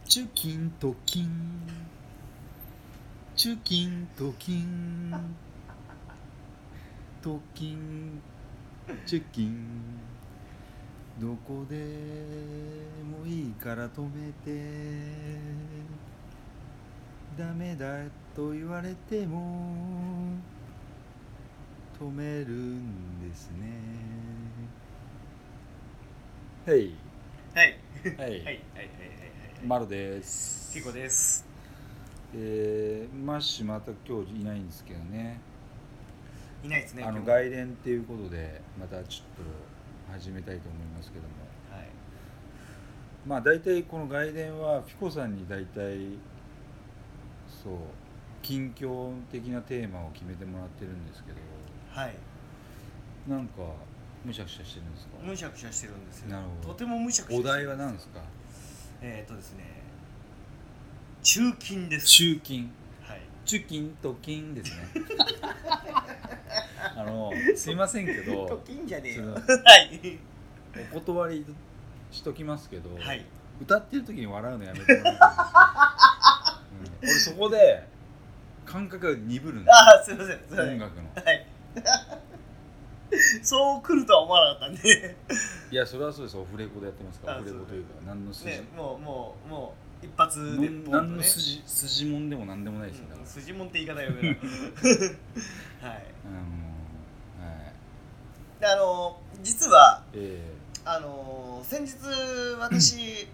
チュキンとキンチュキンとキンとキンチュキンどこでもいいから止めてダメだと言われても止めるんですね。はいはいはいはいはいマロです。 キコです。 マッシュまた今日いないんですけどね。 いないですね。 外伝っていうことでまたちょっと始めたいと思いますけども、 はい。 まあ大体この外伝はピコさんに大体そう近況的なテーマを決めてもらってるんですけど、 はい。 なんかむしゃくしゃしてるんですか？ むしゃくしゃしてるんですよ。 なるほど。 とてもむしゃくしゃしてるんですよ。 お題は何ですか？ ですね、中金です。 中金。 はい。 中金と金ですね。すいませんけど、 と金じゃねえよ。 はい。お断りしときますけど、 はい。 歌ってる時に笑うのやめてもらっていいですか？俺そこで感覚が鈍るんですよ。 ああ、すいません。 音楽の。 はい。そう来るとは思わなかったんで。 いや、それはそうです。オフレコでやってますから。オフレコというか何の筋、 ね、もう一発でポンとね。 何の筋もんでも何でもないですよ。だから筋もんって言い方よめな。はい。実は、先日私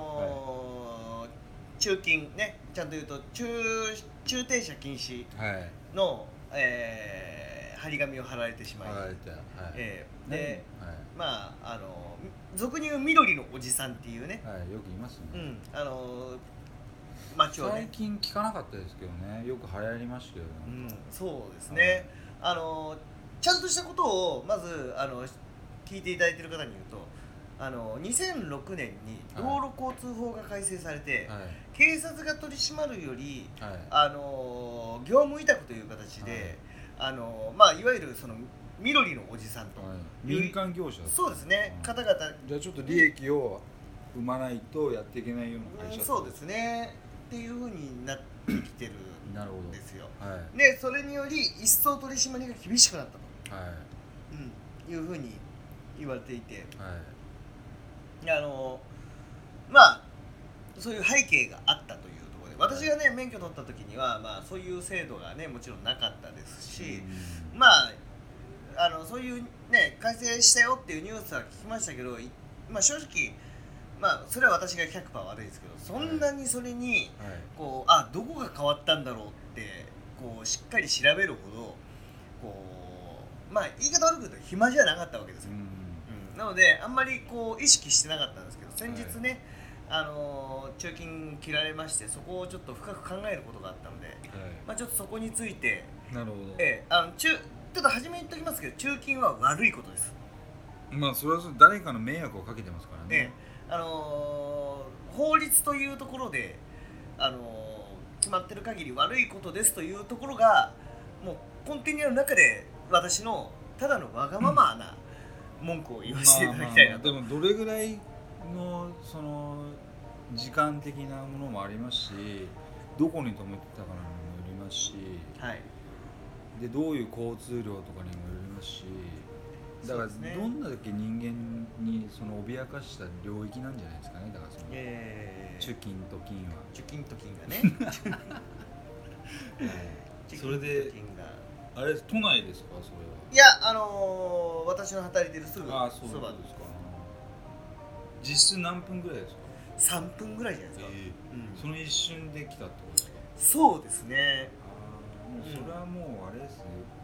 中金ね、ちゃんと言うと駐停車禁止の、張り紙を貼られてしまい、で、まあ俗に言う緑のおじさんっていうね、 よく言いますね。 街をね、 最近聞かなかったですけどね、よく流行りましたよね。 そうですね。ちゃんとしたことをまず聞いていただいている方に言うと、2006年に道路交通法が改正されて、警察が取り締まるより、業務委託という形で、いわゆるその緑のおじさんと、 民間業者、 そうですね、方々、 じゃあちょっと利益を生まないとやっていけないような会社、 そうですねっていうふうになってきてるんですよ。でそれにより一層取り締まりが厳しくなったと、いうふうに言われていて、そういう背景があったというところで、私がね免許取った時には、そういう制度がねもちろんなかったですし、そういうね改正したよっていうニュースは聞きましたけど、正直それは私が 100% 悪いですけど、そんなにそれにこうどこが変わったんだろうってこうしっかり調べるほどこう言い方悪く言うと暇じゃなかったわけですよ。なのであんまりこう意識してなかったんですけど、先日ね、中金切られまして、そこをちょっと深く考えることがあったので、ちょっとそこについて、 なるほど、 ちょっと初めに言っておきますけど、中金は悪いことです。 それは誰かの迷惑をかけてますからね。 法律というところで、決まってる限り悪いことですというところがもう根底にある中で、私のただのわがままな文句を言わせていただきたいなと。 でもどれぐらいのその時間的なものもありますし、どこに止めてたかにもよりますし、でどういう交通量とかにもよりますし、だからどんなだけ人間にその脅かした領域なんじゃないですかね。だからその中金と金は中金と金がねそれであれ都内ですか？それは。 いや、私の働いてるすぐそばです。 実質何分ぐらいですか？ 3分ぐらいじゃないですか。 その一瞬で来たってことですか？ そうですね。 もうそれはもうあれですね、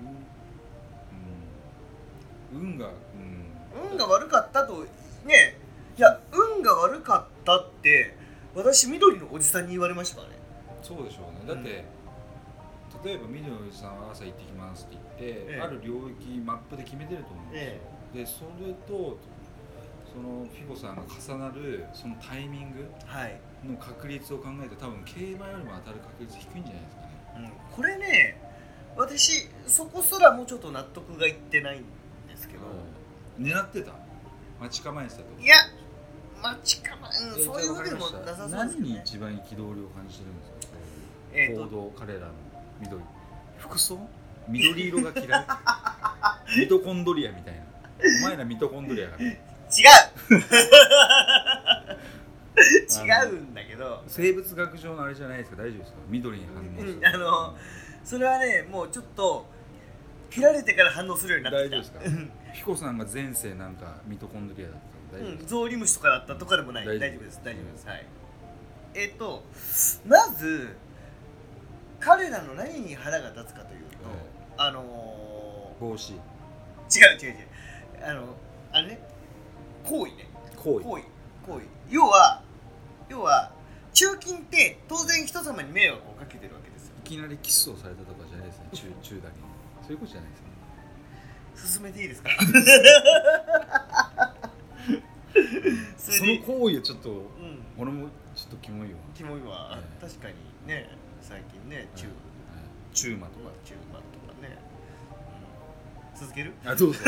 運が悪かったとね。いや、運が悪かったって私緑のおじさんに言われましたからね。 そうでしょうね。だって、例えば緑のおじさんは朝行ってきますって言って、ある領域マップで決めてると思うんですよ。でそれとそのフィコさんが重なるそのタイミングの確率を考えると、多分競馬よりも当たる確率低いんじゃないですかね。 これね、私そこすらもうちょっと納得がいってないんですけど、 狙ってた、待ち構えてたと。 いや、待ち構え、 そういうわけでもなさそうですね。 何に一番憤りを感じてるんですか？行動、彼らの緑、服装緑色が嫌いミトコンドリアみたいな。お前らミトコンドリアがね違うんだけど、 生物学上のあれじゃないですか？大丈夫ですか？緑に反応する、 それはね、もうちょっと切られてから反応するようになってきた。 大丈夫ですか？ヒコさんが前世なんかミトコンドリアだったら大丈夫ですか？ ゾウリムシとかだったとかでもない。大丈夫です。はい。まず彼らの何に腹が立つかというと、 帽子。違うあれね、行為ね。 行為。 要は中金って当然人様に迷惑をかけてるわけですよ。 いきなりキスをされたとかじゃないですね。中だけにそういうことじゃないですね。 進めていいですか？ その行為はちょっと、俺もちょっとキモいわ。 確かにね、最近ね、 中馬とかね、続ける？ どうぞ。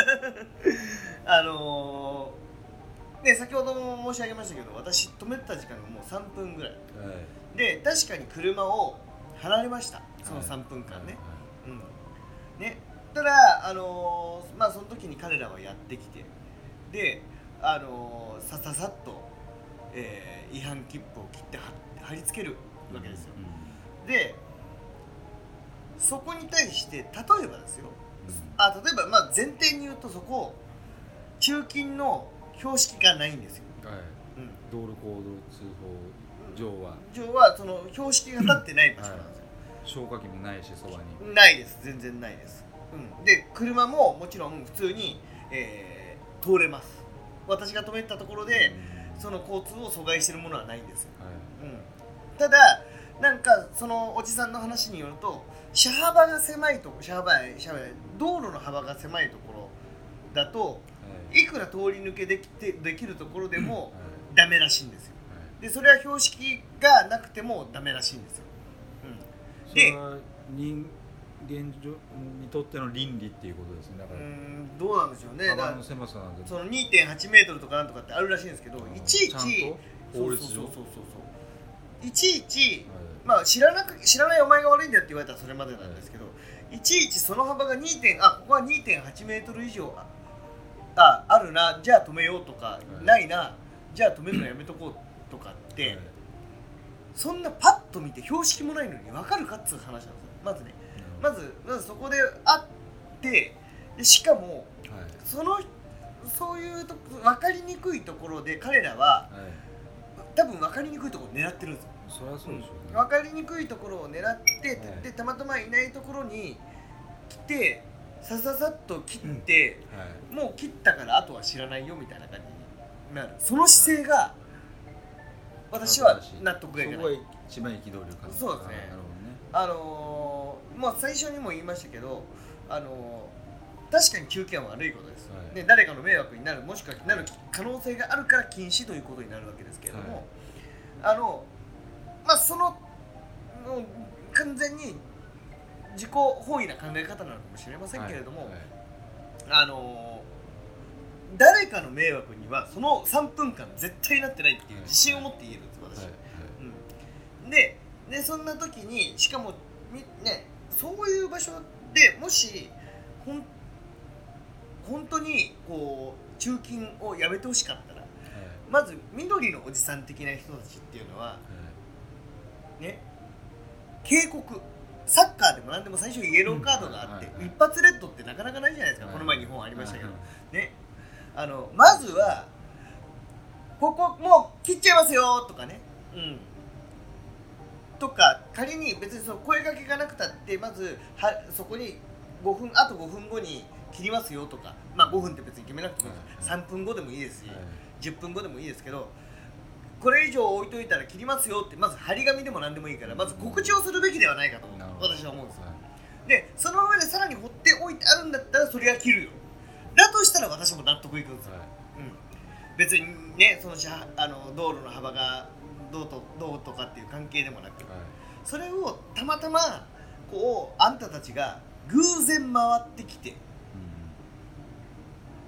ね、先ほども申し上げましたけど、私止めた時間がもう3分ぐらい、で確かに車を離れました、その3分間ね。ね、ただその時に彼らはやってきて、でさっと、違反切符を切って貼り付けるわけですよ。でそこに対して例えばですよ、例えば前提に言うと、そこ中金の標識がないんですよ。 道路交通法上はその標識が立ってない場所なんですよ。 消火器もないし、そばにないです。全然ないです。で車ももちろん普通に、通れます。私が止めたところでその交通を阻害しているものはないんですよ。ただなんかそのおじさんの話によると、車幅が狭いところ、道路の幅が狭いところだと、いくら通り抜けできるところでもダメらしいんですよ。でそれは標識がなくてもダメらしいんですよ。 それは人間にとっての倫理っていうことですね。だからどうなんでしょうね。 幅の狭さなんで、 その 2.8 メートルとかなんとかってあるらしいんですけど、いちいち法律上いちいち、知らないお前が悪いんだよって言われたらそれまでなんですけど、いちいちその幅がここは 2.8 メートル以上あるな、じゃあ止めようとか、ないな、じゃあ止めるのやめとこうとかって、そんなパッと見て標識もないのに分かるかっつう話なんですよ。まずそこであって、でしかも、そういうと分かりにくいところで彼らは、多分分かりにくいところを狙ってるんですよ。 そりゃそうでしょうね。 分かりにくいところを狙って、でたまたまいないところに来て、さっと切って、もう切ったからあとは知らないよみたいな感じになる。その姿勢が私は納得がいかない。 そこが一番憤りを感じる。 そうですね。最初にも言いましたけど、確かに休憩は悪いことです、誰かの迷惑になる、もしくはなる可能性があるから禁止ということになるわけですけれども、その完全に自己本位な考え方なのかもしれませんけれども、誰かの迷惑にはその3分間絶対なってないっていう自信を持って言えるんです、私。でそんな時に、しかもね、そういう場所でもし本当にこう中金をやめてほしかったら、まず緑のおじさん的な人たちっていうのは、警告、サッカーでも何でも最初イエローカードがあって、一発レッドってなかなかないじゃないですか。この前日本ありましたけどね。まずはここもう切っちゃいますよとかね、とか、仮に別にその声掛けがなくたって、まずそこにあと5分後に切りますよとか、5分って別に決めなくてもいいです、3分後でもいいですし、10分後でもいいですけど、これ以上置いといたら切りますよって、まず張り紙でも何でもいいから、まず告知をするべきではないかと私は思うんですよ。でその上でさらに放っておいてあるんだったら、それは切るよ。だとしたら私も納得いくんですよ。別にね、その道路の幅がどうとかっていう関係でもなく、それをたまたまこうあんたたちが偶然回ってきて、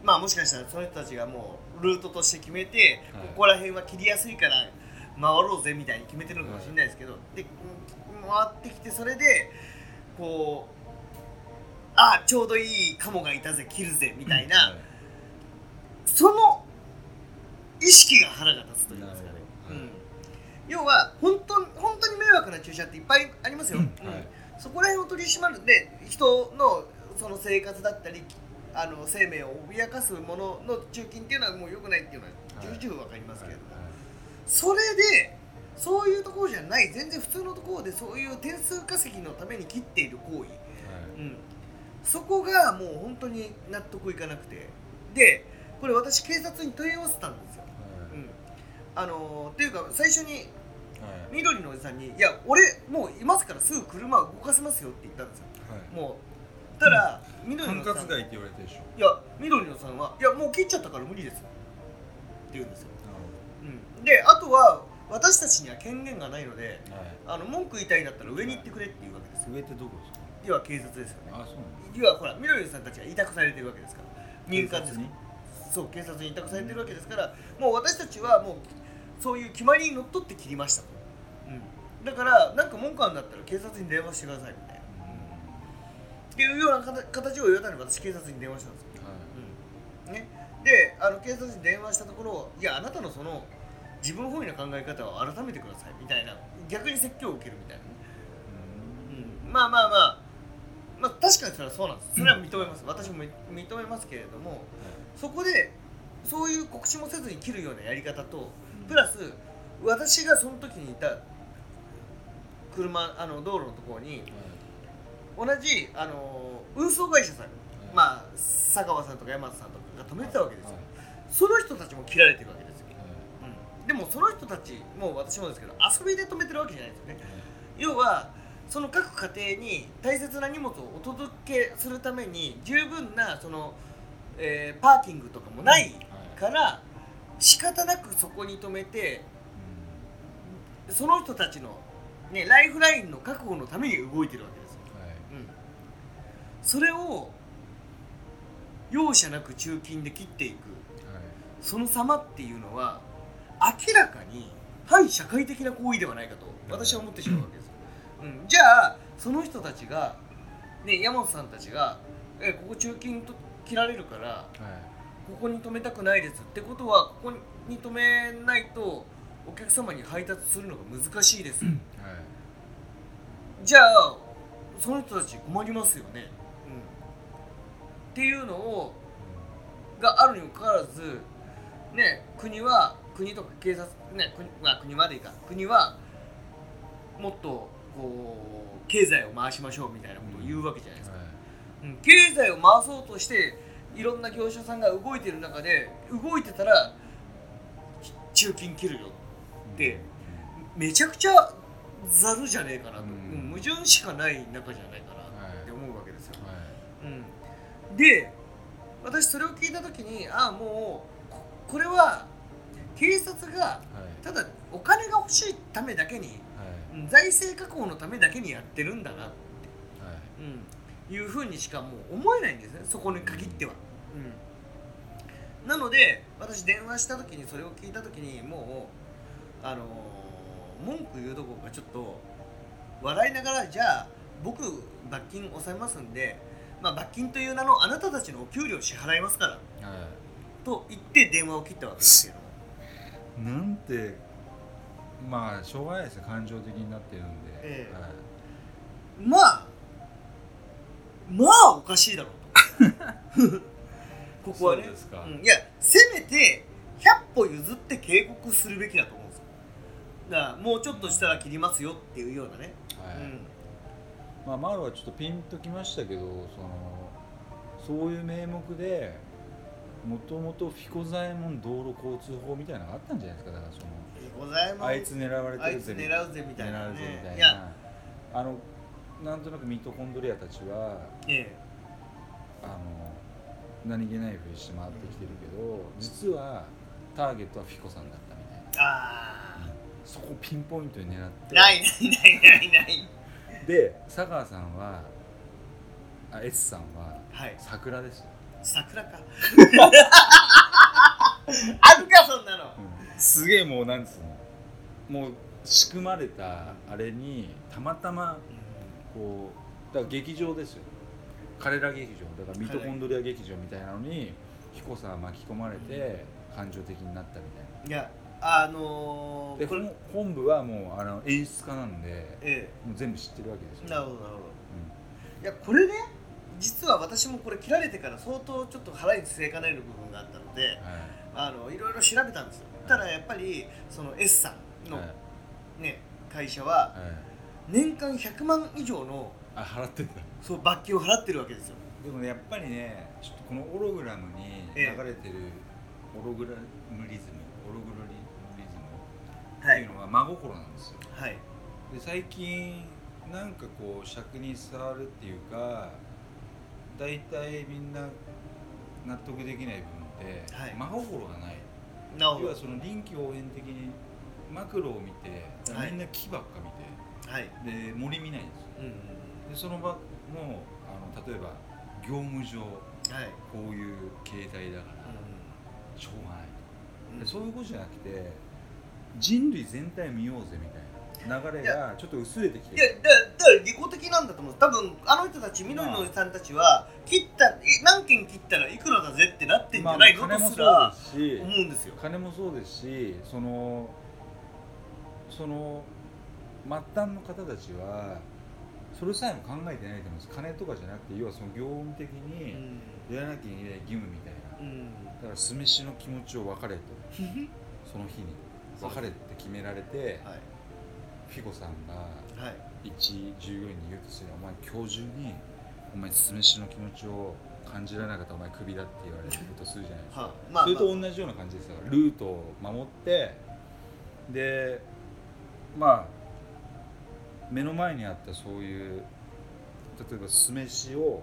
まあもしかしたらその人たちがもうルートとして決めて、ここら辺は切りやすいから回ろうぜみたいに決めてるのかもしれないですけど、で回ってきて、それでこうちょうどいいカモがいたぜ切るぜみたいな、その意識が腹が立つというんですかね、要は本当に迷惑な駐車っていっぱいありますよ、そこら辺を取り締まるで、人のその生活だったり生命を脅かすものの駐禁っていうのはもう良くないっていうのは重々分かりますけれども、それでそういうところじゃない、全然普通のところでそういう点数稼ぎのために切っている行為、そこがもう本当に納得いかなくて、でこれ私警察に問い合わせたんですよ、っていうか最初に緑のおじさんに、いや俺もういますからすぐ車動かせますよって言ったんですよ、もうただ緑のおじさん、 管轄外って言われてるでしょ。 いや緑のおじさんは、いやもう切っちゃったから無理ですって言うんですよ、であとは私たちには権限がないので、文句言いたいんだったら上に行ってくれっていうわけですよ。 上ってどこですか？ 要は警察ですよね。 そうなんです。 要はほら緑のさんたちが委託されてるわけですから、民間ですね。そう警察に委託されてるわけですから、もう私たちはもうそういう決まりにのっとって切りましたと、だからなんか文句あるんだったら警察に電話してくださいみたいな、っていうような形を言われたので私警察に電話したんですよ、で警察に電話したところ、いやあなたのその自分本位の考え方を改めてくださいみたいな、逆に説教を受けるみたいな、まあ確かにそれはそうなんです。それは認めます。私も認めますけれども、そこでそういう告知もせずに切るようなやり方と、プラス私がその時にいた車道路のところに、同じ運送会社さん、佐川さんとか山田さんとかが止めてたわけですよ、その人たちも切られてるわけですよ、でもその人たちも私もですけど遊びで止めてるわけじゃないですよね、要はその各家庭に大切な荷物をお届けするために十分なその、パーキングとかもないから、仕方なくそこに止めて、その人たちの、ライフラインの確保のために動いてるわけですよ、それを容赦なく駐禁で切っていく、その様っていうのは明らかに反社会的な行為ではないかと私は思ってしまうわけですよ、じゃあその人たちが、山本さんたちがここ駐禁と切られるから、ここに止めたくないですってことは、ここに止めないとお客様に配達するのが難しいです、じゃあその人たち困りますよね、っていうのをがあるにもかかわらず、国とか警察、国までいいか、国はもっとこう経済を回しましょうみたいなことを言うわけじゃないですか、経済を回そうとしていろんな業者さんが動いてる中で、動いてたら駐禁切るよってめちゃくちゃざるじゃねえかなと、矛盾しかない中じゃないかなって思うわけですよ、で私それを聞いた時に、もうこれは警察がただお金が欲しいためだけに、財政確保のためだけにやってるんだなって、いうふうにしかもう思えないんですね、そこに限っては、なので私電話した時に、それを聞いた時にもう文句言うとこがちょっと笑いながら、じゃあ僕罰金抑えますんで、罰金という名のあなたたちのお給料支払いますから、と言って電話を切ったわけですけど、 なんてしょうがないですね、感情的になってるんで、 おかしいだろうとここはね、いやせめて100歩譲って警告するべきだと思うんですよ。だからもうちょっとしたら切りますよっていうようなね、 マロはちょっとピンときましたけど、そういう名目でもともとフィコザエモン道路交通法みたいなのがあったんじゃないですか。だからフィコザエモンあいつ狙われてるぜ、 狙うぜみたいなね、 なんとなくミトコンドリアたちは、何気ないふりして回ってきてるけど、実はターゲットはフィコさんだったみたいな、そこをピンポイントに狙って、 ないで佐川さんはS さんは桜ですよ、 桜かあるかそんなの、 すげえもうなんつうのもう仕組まれたあれにたまたまこうだから劇場ですよ、彼ら劇場だからミトコンドリア劇場みたいなのに彦さん巻き込まれて感情的になったみたいな。 いやで本部はもう演出家なんで、もう全部知ってるわけですよ。 なるほどなるほど、いやこれね実は私もこれ切られてから相当ちょっと腹に据えかねる部分があったので、いろいろ調べたんですよ。ただやっぱりその S さんの、ね、会社は年間100万以上の払ってんだ。 そう罰金を払ってるわけですよ。 でもねやっぱりねちょっとこのオログラムに流れてるオログラムリズムっていうのが真心なんですよ。はい、で最近なんかこう尺に触るっていうか大体みんな納得できない部分って、はい、真心がない。要はその臨機応変的にマクロを見てみんな木ばっか見て、はい、で森見ないんですよ。でその場の例えば業務上、はい、こういう形態だから、しょうがない、そういうことじゃなくて人類全体見ようぜみたいな流れがちょっと薄れてきてる。 だから利己的なんだと思う。多分あの人たち緑のおじさんたちは何件切ったらいくらだぜってなってんじゃないのとすら思うんですよ。 金もそうですしその末端の方たちはそれさえも考えてないと思うんです。金とかじゃなくて要はその業務的にやらなきゃいけない義務みたいな、だから酢飯の気持ちを分かれとその日に別れって決められて、はい、フィゴさんが一従業員に言うとすれば、お前今日中にお前酢飯の気持ちを感じられなかったらお前クビだって言われるとするじゃないですか。それと同じような感じですよ。ルートを守ってで目の前にあったそういう例えば酢飯の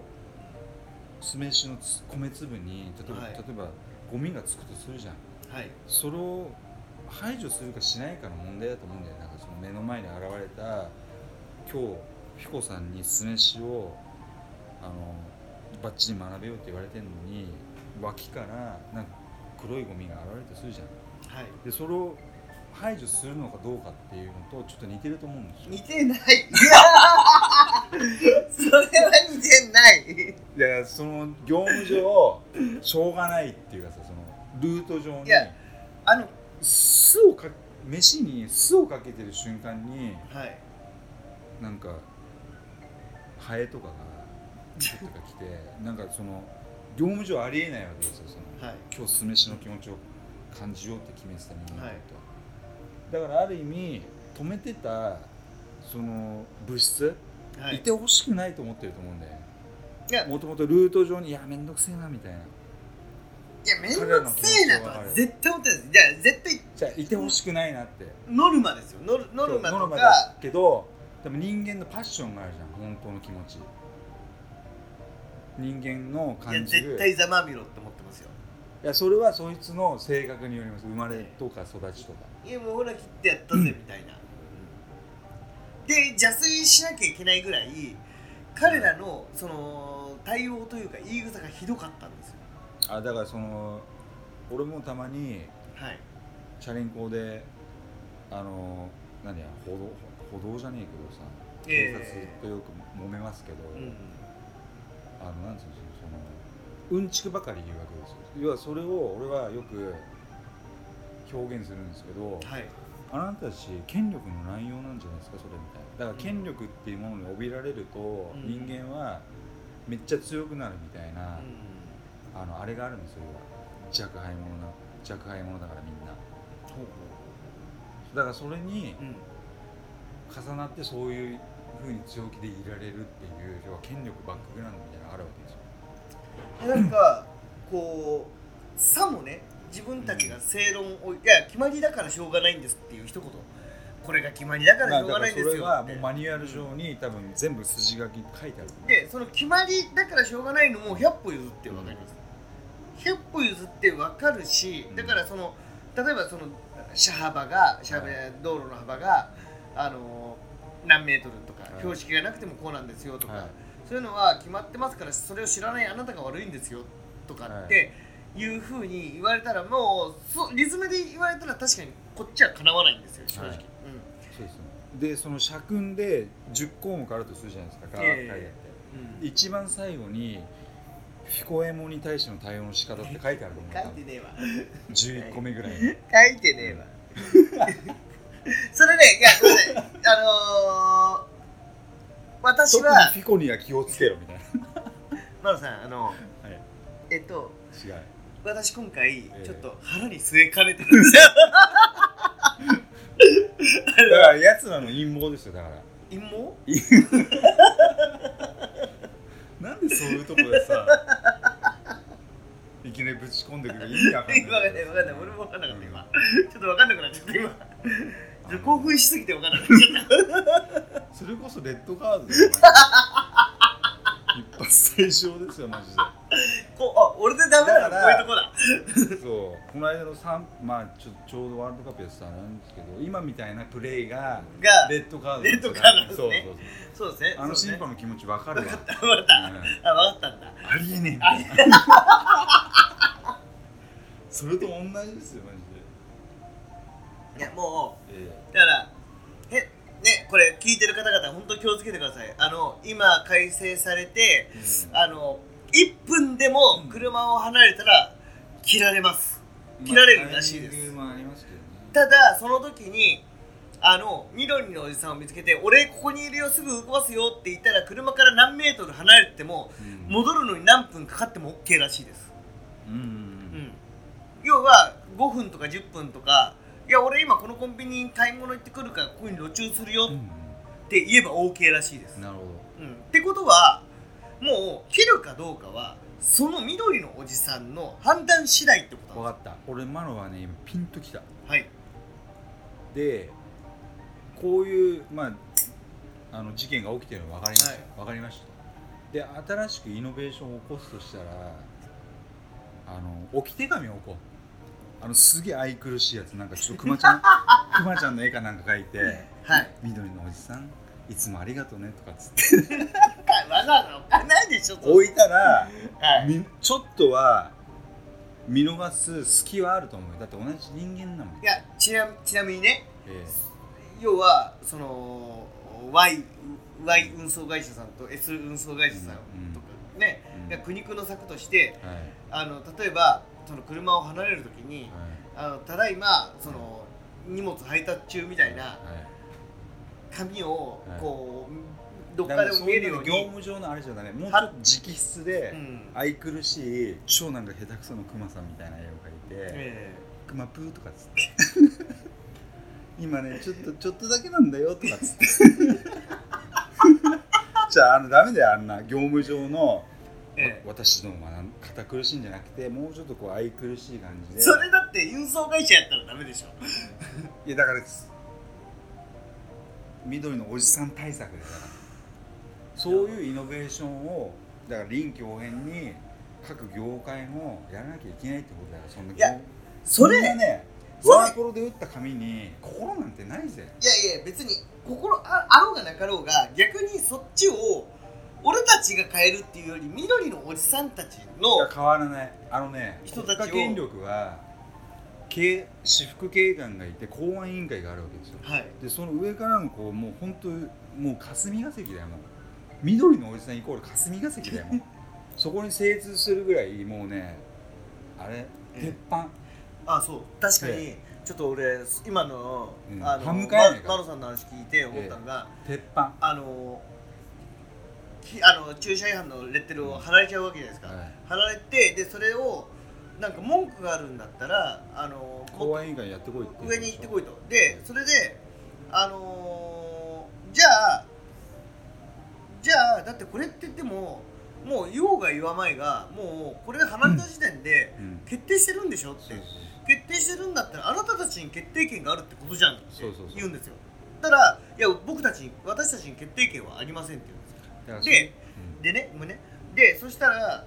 米粒に例えばゴミがつくとするじゃん、はい、それを排除するかしないかの問題だと思うんだよ。なんかその目の前に現れた今日フィコさんに酢飯をバッチリ学べようって言われてるのに脇からなんか黒いゴミが現れるとするじゃん、はい、でそれを排除するのかどうかっていうのとちょっと似てると思うんですよ。 似てないそれは似てない。 いやその業務上しょうがないっていうかさ、そのルート上に飯に酢をかけてる瞬間に、はい、なんかハエとかが来てなんかその業務上ありえないわけですよ。その、はい、今日酢飯の気持ちを感じようって決めてた人間だと、だからある意味止めてたその物質、はい、いてほしくないと思ってると思うんだよね。もともとルート上にいやめんどくせえなみたいな、 いやめんどくせえなとは絶対思ってないです。じゃあ絶対じゃあいてほしくないなって、 ノルマですよ。ノルマとかだけどでも人間のパッションがあるじゃん。本当の気持ち、人間の感じる。 いや絶対ざまみろって思ってますよ。 いやそれはそいつの性格によります。生まれとか育ちとか、 いやもうほら切ってやったぜみたいな、で邪推しなきゃいけないぐらい彼らのその対応というか言い草がひどかったんですよ。 だからその俺もたまに、はい、チャリンコで歩道じゃねえけどさ、警察とよく揉めますけど、なんていうのそのうんちくばかり言うわけですよ。要はそれを俺はよく表現するんですけど、はい、あなたたち権力の乱用なんじゃないですかそれみたいな。だから権力っていうものに怯えられると、人間はめっちゃ強くなるみたいな、あれがあるんですよ。弱敗者だからみんな。だからそれに重なってそういう風に強気でいられるっていう要は権力バックグラウンドみたいなのがあるわけですよ。 なんかこうさもね自分たちが正論を、いや決まりだからしょうがないんですっていう一言、これが決まりだからしょうがないんですよって。それはもうマニュアル上に多分全部筋書き書いてある。 でその決まりだからしょうがないのも100歩譲って分かります、100歩譲って分かるし、だからその例えばその道路の幅が何メートルとか、標識がなくてもこうなんですよとか、そういうのは決まってますから、それを知らないあなたが悪いんですよとかっていうふうに言われたら、もうリズムで言われたら確かにこっちはかなわないんですよ正直、はい、 そうですね。でその社訓で10項目あるとするじゃないですか、書いてあって、一番最後にフィコエモに対しての対応の仕方って書いてあると思う。 書いてねえわ。 11個目ぐらい書いてねえわ。それね、いや、ごめんなさい。私は特にフィコには気をつけろみたいな。 マロさん、はい、違う。私今回ちょっと腹に据えかねてるんですよ。 だからやつらの陰謀ですよ。だから陰謀？ なんでそういうとこでさいきなりぶち込んでくる意味わかんない。 分かんない。俺も分かんなかった今。ちょっと分かんなくなっちゃった今。興奮しすぎて分かんなくなっちゃった。 それこそレッドカードだよ。一発退場ですよマジで。 俺でダメなのこういうとこだ。 そうこの間のまあちょうどワールドカップやってたんですけど、今みたいなプレーがレッドカード。 レッドカードですね。そうですね。 審判の気持ち分かるわ。 分かったんだ。 ありえねえみたいな。それと同じですよマジで。 いやもう、だからね、これ聞いてる方々本当に気をつけてください。今改正されて、1分でも車を離れたら切られます。切られるらしいです。ただその時に緑のおじさんを見つけて、俺ここにいるよすぐ動かすよって言ったら、車から何メートル離れても、戻るのに何分かかっても OK らしいです。要は5分とか10分とか、いや俺今このコンビニに買い物行ってくるからここに路駐するよって言えば OK らしいです。 なるほど。 ってことはもう切るかどうかはその緑のおじさんの判断次第ってことなんです。 分かった。俺マロはね今ピンときた。 はい。 でこういう事件が起きてるの分かりました。分かりました。で新しくイノベーションを起こすとしたら置き手紙を置こう。すげえ愛くるしいやつ、なんかちょっとクマちゃんの絵かなんか描いて、はい、緑のおじさんいつもありがとうねとかっつってわざわざ置かないでしょ。 置いたら、はい、ちょっとは見逃す隙はあると思うよ。だって同じ人間なもん。 いやちなみにね、要はその Y 運送会社さんと S 運送会社さんとかね、苦肉の策として、はい、例えばその車を離れるときに、はい、ただいまその荷物配達中みたいな紙をこう、どっかでも見えるように、 業務上のあれじゃダメ。もうちょっと直筆で愛くるしい超なんか下手くそのクマさんみたいな絵を描いて、クマプーとかっつって今ねちょっとだけなんだよとかっつってじゃあダメだよ、あんな業務上の私どもは堅苦しいんじゃなくて、もうちょっとこう愛くるしい感じで。 それだって運送会社やったらダメでしょいやだから緑のおじさん対策で、だからそういうイノベーションをだから臨機応変に各業界もやらなきゃいけないってことだよ。 いやそれね、ワープロで打った紙に心なんてないぜ。 いや別に心 あろうがなかろうが、逆にそっちを俺たちが変えるっていうより、緑のおじさんたちの変わらない。人たちを、国家権力は私服警官がいて公安委員会があるわけですよ、はい、でその上からのこうもう本当もう霞が関だよ。もう緑のおじさんイコール霞が関だよもうそこに精通するぐらいもうね、あれ鉄板。 そう確かに。ちょっと俺今のマロさんの話聞いて思ったのが、 鉄板駐車違反のレッテルを貼られちゃうわけじゃないですか、はい、貼られて、でそれをなんか文句があるんだったら公安委員会やってこいって上に行ってこいと。でそれでじゃあだってこれって言ってももう言おうが言わまいが、もうこれが貼られた時点で決定してるんでしょって、決定してるんだったらあなたたちに決定権があるってことじゃんって言うんですよ。だからいや私たちに決定権はありませんって言うんですよ。でそしたら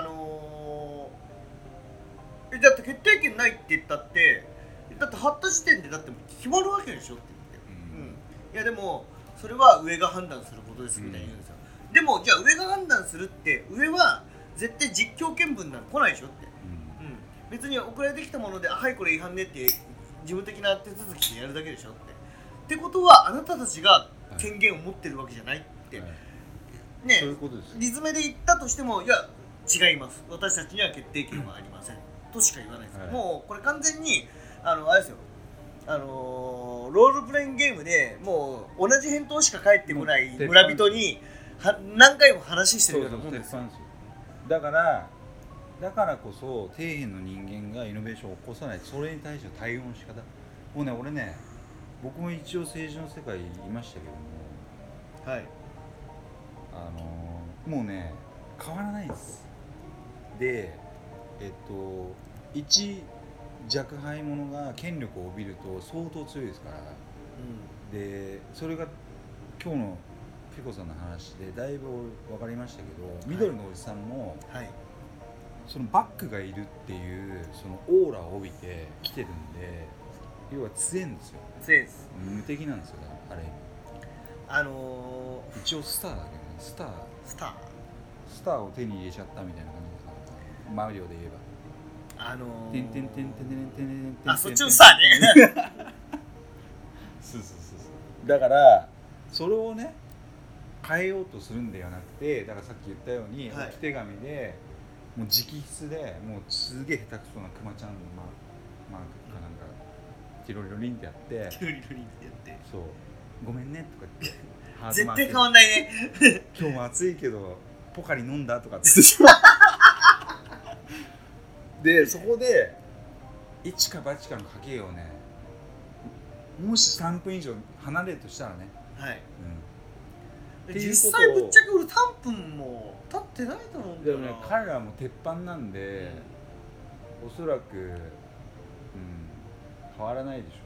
だって決定権ないって言ったって、だって貼った時点でだって決まるわけでしょって言って、いやでもそれは上が判断することですみたいに言うんですよ。でもじゃあ上が判断するって、上は絶対実況見分なんか来ないでしょって、別に送られてきたものではいこれ違反ねって事務的な手続きでやるだけでしょってことはあなたたちが権限を持ってるわけじゃないって、ね、 そういうことです。 理詰めで言ったとしてもいや違います、私たちには決定権はありませんとしか言わないです、もうこれ完全にあれですよ、ロールプレイングゲームでもう同じ返答しか返ってこない村人に何回も話してるようなもんですよ。 だからこそ底辺の人間がイノベーションを起こさない、それに対しての対応の仕方もうね、俺ね、僕も一応政治の世界いましたけども、はい、もうね変わらないです。で一若輩者が権力を帯びると相当強いですから、でそれが今日のピコさんの話でだいぶ分かりましたけど、緑のおじさんも、そのバックがいるっていうそのオーラを帯びてきてるんで、要は強いんですよ。 強いです。 無敵なんですよ、あれ。一応スターだけどね、スターを手に入れちゃったみたいな感じですから、マリオで言えば。てんてんてんてんてんてんてんてん、 そっちのスターね。 そうだからそれをね変えようとするんではなくて、だからさっき言ったように、置き手紙でもう直筆でもうすげえ下手くそなクマちゃんのマークかなんかティロリロリンってやって、そうごめんねとか言ってハート絶対変わんないね。 今日も暑いけどポカリ飲んだとかって言ってしまう。でそこで一か八かの賭けをね、もし3分以上離れるとしたらね、 実際ぶっちゃけ俺3分も経ってないと思うんだよな。 でもね、彼らも鉄板なんで、おそらく、変わらないでしょ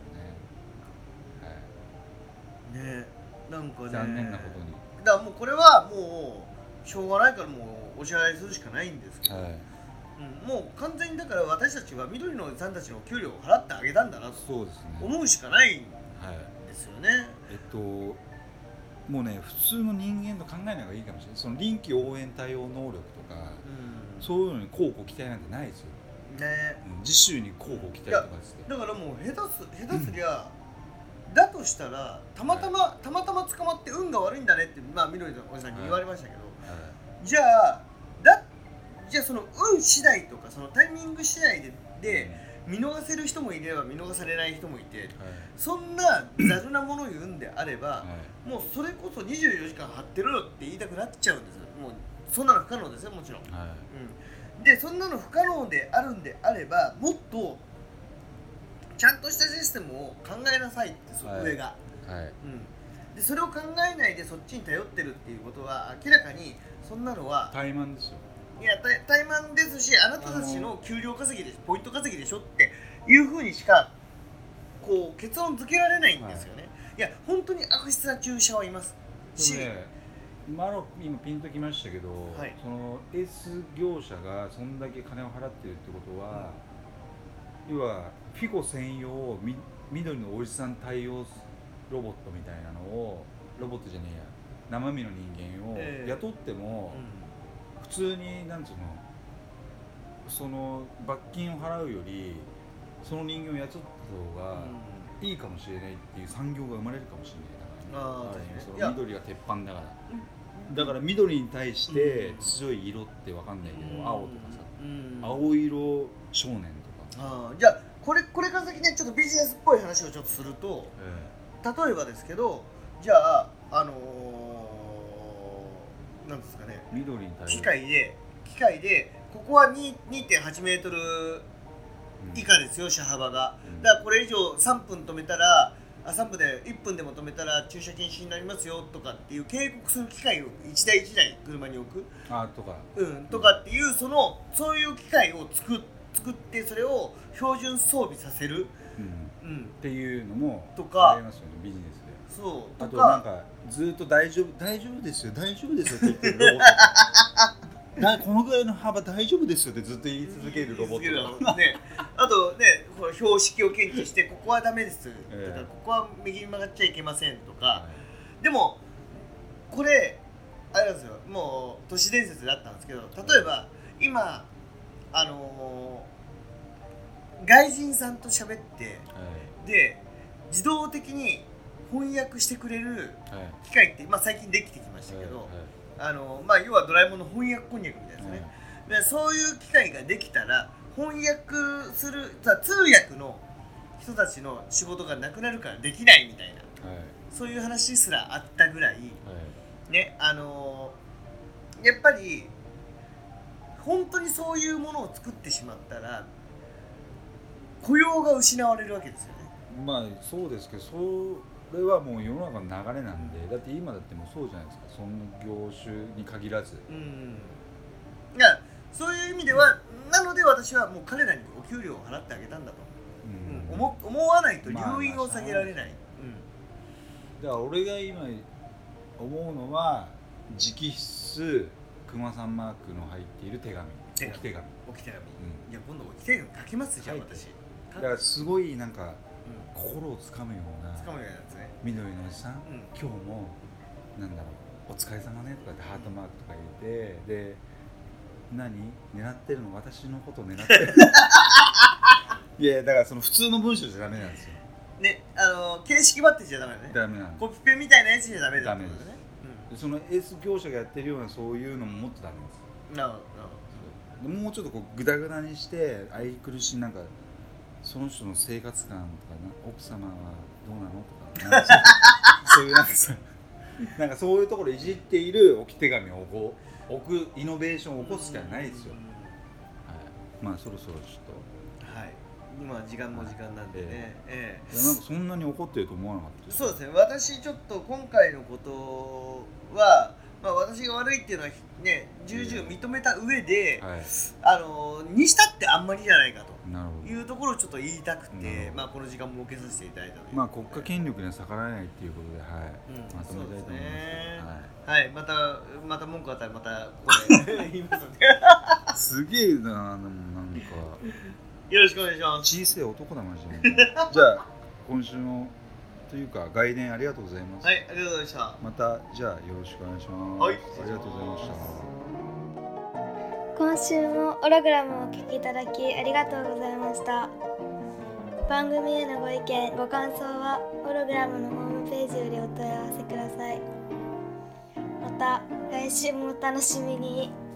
うね。 ね、なんかね、 残念なことに。 だからもうこれはもうしょうがないからもうお支払いするしかないんですけど、もう完全にだから私たちは緑のおじさんたちの給料を払ってあげたんだなと思うしかないんですよね。 もうね、普通の人間と考えない方がいいかもしれない。その臨機応変対応能力とか、そういうのに交互期待なんてないですよね。自主に交互期待とかですね。 だからもう下手すりゃ、だとしたらたまたま捕まって運が悪いんだねって、緑のおじさんに言われましたけど、じゃあその運次第とかそのタイミング次第で見逃せる人もいれば見逃されない人もいて、そんなざるなものを言うんであれば、もうそれこそ24時間張ってろよって言いたくなっちゃうんですよ。もうそんなの不可能ですよ、もちろん。でそんなの不可能であるんであれば、もっとちゃんとしたシステムを考えなさいって、上が。でそれを考えないでそっちに頼ってるっていうことは明らかにそんなのは怠慢ですよ。 いや怠慢ですし、あなたたちの給料稼ぎでポイント稼ぎでしょっていうふうにしかこう結論付けられないんですよね。いや本当に悪質な注射はいますし、 今ピンときましたけど、その S 業者がそんだけ金を払ってるってことは、要はフィコ専用緑のおじさん対応ロボットみたいなのを、ロボットじゃねえや、生身の人間を雇っても、普通になんつうの、その罰金を払うよりその人間を雇った方がいいかもしれないっていう産業が生まれるかもしれない。緑が鉄板だから緑に対して強い色って分かんないけど、青とかさ、青色少年とか。 じゃあこれから先ね、ちょっとビジネスっぽい話をちょっとすると、例えばですけど、じゃあなんですかね、 緑に対して機械でここは 2.8 メートル以下ですよ、車幅が。だからこれ以上3分止めたら、3分で1分でも止めたら駐車禁止になりますよとかっていう警告する機械を1台1台車に置くとかっていう、そういう機械を作ってそれを標準装備させるっていうのもありますよね、ビジネスで。 そうあとなんかずっと大丈夫ですよって言ってるロボットこのぐらいの幅大丈夫ですよってずっと言い続けるロボットね。あとね、標識を検知してここはダメですとか、ここは右に曲がっちゃいけませんとか。でもこれあれなんですよ、もう都市伝説だったんですけど、例えば今外人さんと喋って、で自動的に翻訳してくれる機械って、まあ、最近できてきましたけど、まあ、要はドラえもんの翻訳こんにゃくみたいですね、でそういう機械ができたら翻訳する通訳の人たちの仕事がなくなるからできないみたいな、そういう話すらあったぐらい、ね、やっぱり本当にそういうものを作ってしまったら雇用が失われるわけですよね。 まあそうですけど、それはもう世の中の流れなんで、だって今だってもうそうじゃないですか、その業種に限らず。 いや、そういう意味では、なので私はもう彼らにお給料を払ってあげたんだと、思わないと留飲を下げられない。 だから俺が今思うのは、直筆熊さんマークの入っている手紙、置き手紙。いや、今度置き手紙書きますじゃん、私。 だからすごいなんか、心をつかむような、緑のおじさん、今日もなんだろう、お疲れ様ねとかってハートマークとか入れて、で何狙ってるの、私のこと狙ってるいやだからその普通の文章じゃダメなんですよね。形式ばってじゃダメだね。 ダメなんです。 コピペみたいなやつじゃダメだってことね。 その S 業者がやってるようなそういうのももっとダメです。なるほど。もうちょっとこうグダグダにして愛くるしい、なんかその人の生活感とか奥様はどうなのとかそういうなんかそういうところいじっている置き手紙を置くイノベーションを起こすしかないですよ。まあそろそろちょっと、 今時間も時間なんでね。 なんかそんなに怒ってると思わなかったです。 そうですね。私ちょっと今回のことは、まあ、私が悪いっていうのはね、重々認めた上で、にしたってあんまりじゃないかというところをちょっと言いたくて、まあこの時間も設けさせていただいたという。 まあ国家権力には逆らえないっていうことで、まとめたいと思います。また文句あったらまたこれ言いますので。 すげえな、なんかよろしくお願いします。 小さい男だマジで。じゃあ今週のというか概念ありがとうございます。 はい、ありがとうございました。 またじゃあよろしくお願いします。 はい、 ありがとうございました。 今週もオログラムをお聞きいただきありがとうございました。番組へのご意見ご感想はオログラムのホームページよりお問い合わせください。また来週もお楽しみに。